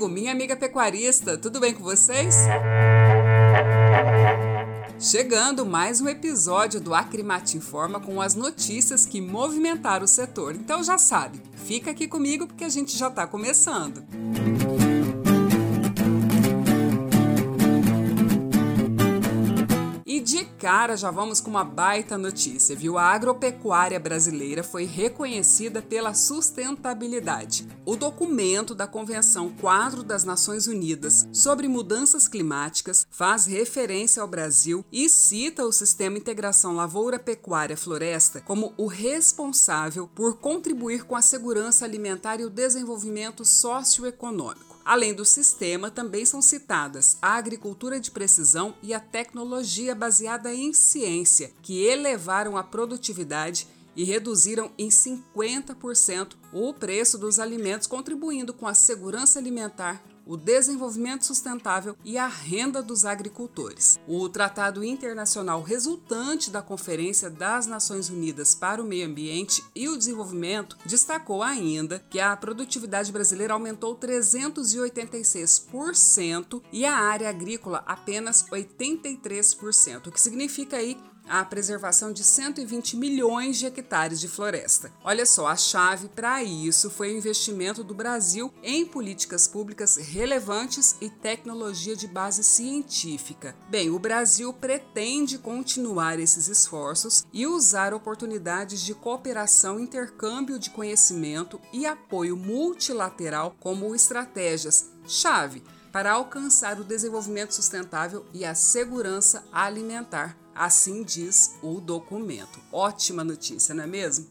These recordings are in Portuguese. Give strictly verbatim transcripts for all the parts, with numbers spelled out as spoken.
amigo, minha amiga pecuarista, tudo bem com vocês? Chegando mais um episódio do Acrimate Informa com as notícias que movimentaram o setor. Então já sabe, fica aqui comigo porque a gente já está começando. E de cara já vamos com uma baita notícia, viu? A agropecuária brasileira foi reconhecida pela sustentabilidade. O documento da Convenção quadro das Nações Unidas sobre Mudanças Climáticas faz referência ao Brasil e cita o Sistema Integração Lavoura-Pecuária-Floresta como o responsável por contribuir com a segurança alimentar e o desenvolvimento socioeconômico. Além do sistema, também são citadas a agricultura de precisão e a tecnologia baseada em ciência, que elevaram a produtividade e reduziram em cinquenta por cento o preço dos alimentos, contribuindo com a segurança alimentar, o desenvolvimento sustentável e a renda dos agricultores. O tratado internacional resultante da Conferência das Nações Unidas para o Meio Ambiente e o Desenvolvimento destacou ainda que a produtividade brasileira aumentou trezentos e oitenta e seis por cento e a área agrícola apenas oitenta e três por cento, o que significa aí a preservação de cento e vinte milhões de hectares de floresta. Olha só, a chave para isso foi o investimento do Brasil em políticas públicas relevantes e tecnologia de base científica. Bem, o Brasil pretende continuar esses esforços e usar oportunidades de cooperação, intercâmbio de conhecimento e apoio multilateral como estratégias chave para alcançar o desenvolvimento sustentável e a segurança alimentar. Assim diz o documento. Ótima notícia, não é mesmo?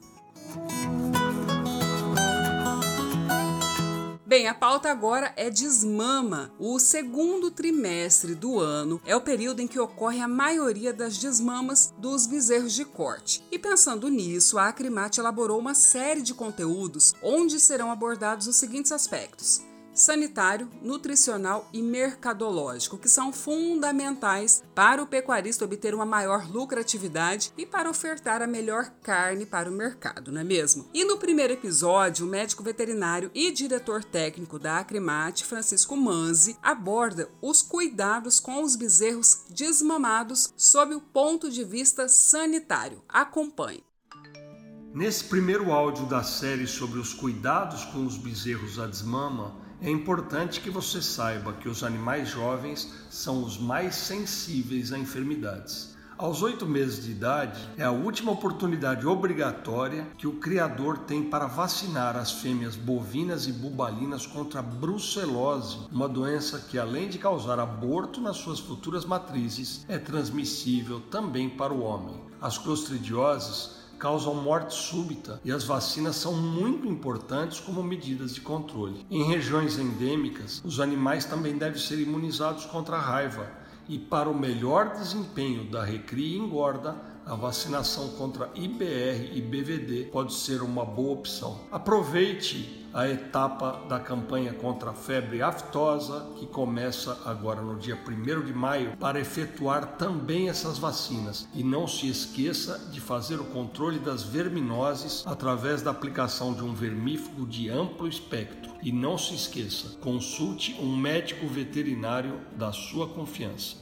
Bem, a pauta agora é desmama. O segundo trimestre do ano é o período em que ocorre a maioria das desmamas dos bezerros de corte. E pensando nisso, a Acrimate elaborou uma série de conteúdos onde serão abordados os seguintes aspectos: sanitário, nutricional e mercadológico, que são fundamentais para o pecuarista obter uma maior lucratividade e para ofertar a melhor carne para o mercado, não é mesmo? E no primeiro episódio, o médico veterinário e diretor técnico da Acrimate, Francisco Manzi, aborda os cuidados com os bezerros desmamados sob o ponto de vista sanitário. Acompanhe. Nesse primeiro áudio da série sobre os cuidados com os bezerros à desmama, é importante que você saiba que os animais jovens são os mais sensíveis a enfermidades. Aos oito meses de idade, é a última oportunidade obrigatória que o criador tem para vacinar as fêmeas bovinas e bubalinas contra a brucelose, uma doença que, além de causar aborto nas suas futuras matrizes, é transmissível também para o homem. As clostridioses causam morte súbita e as vacinas são muito importantes como medidas de controle. Em regiões endêmicas, os animais também devem ser imunizados contra a raiva e, para o melhor desempenho da recria e engorda, a vacinação contra I B R e B V D pode ser uma boa opção. Aproveite a etapa da campanha contra a febre aftosa, que começa agora no dia primeiro de maio, para efetuar também essas vacinas. E não se esqueça de fazer o controle das verminoses através da aplicação de um vermífugo de amplo espectro. E não se esqueça, consulte um médico veterinário da sua confiança.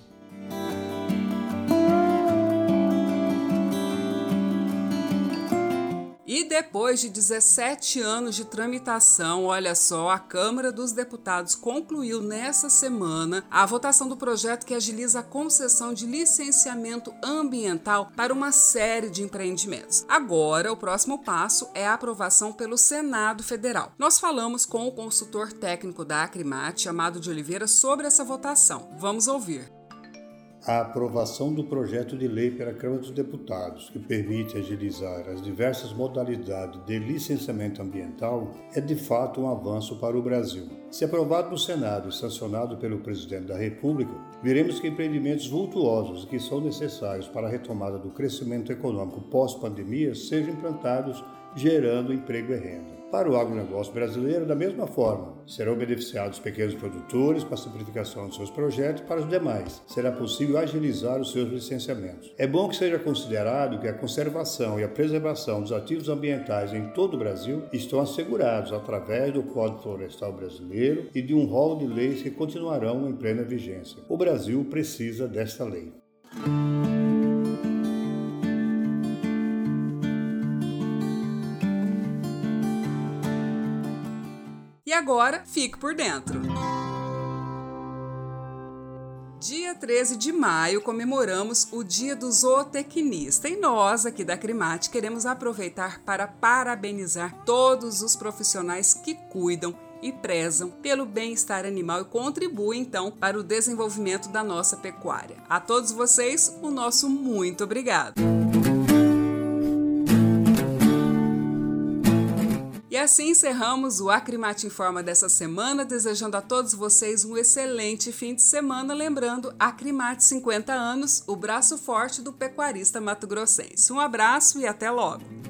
E depois de dezessete anos de tramitação, olha só, a Câmara dos Deputados concluiu nessa semana a votação do projeto que agiliza a concessão de licenciamento ambiental para uma série de empreendimentos. Agora, o próximo passo é a aprovação pelo Senado Federal. Nós falamos com o consultor técnico da Acrimate, Amado de Oliveira, sobre essa votação. Vamos ouvir. A aprovação do projeto de lei pela Câmara dos Deputados, que permite agilizar as diversas modalidades de licenciamento ambiental, é de fato um avanço para o Brasil. Se aprovado no Senado e sancionado pelo Presidente da República, veremos que empreendimentos vultuosos que são necessários para a retomada do crescimento econômico pós-pandemia sejam implantados gerando emprego e renda. Para o agronegócio brasileiro, da mesma forma, serão beneficiados os pequenos produtores com a simplificação de seus projetos. Para os demais, será possível agilizar os seus licenciamentos. É bom que seja considerado que a conservação e a preservação dos ativos ambientais em todo o Brasil estão assegurados através do Código Florestal Brasileiro e de um rol de leis que continuarão em plena vigência. O Brasil precisa desta lei. E agora, fique por dentro! Dia treze de maio comemoramos o Dia do Zootecnista e nós, aqui da Acrimate, queremos aproveitar para parabenizar todos os profissionais que cuidam e prezam pelo bem-estar animal e contribuem, então, para o desenvolvimento da nossa pecuária. A todos vocês, o nosso muito obrigado! E assim encerramos o Acrimate Informa dessa semana, desejando a todos vocês um excelente fim de semana, lembrando Acrimate cinquenta anos, o braço forte do pecuarista mato-grossense. Um abraço e até logo!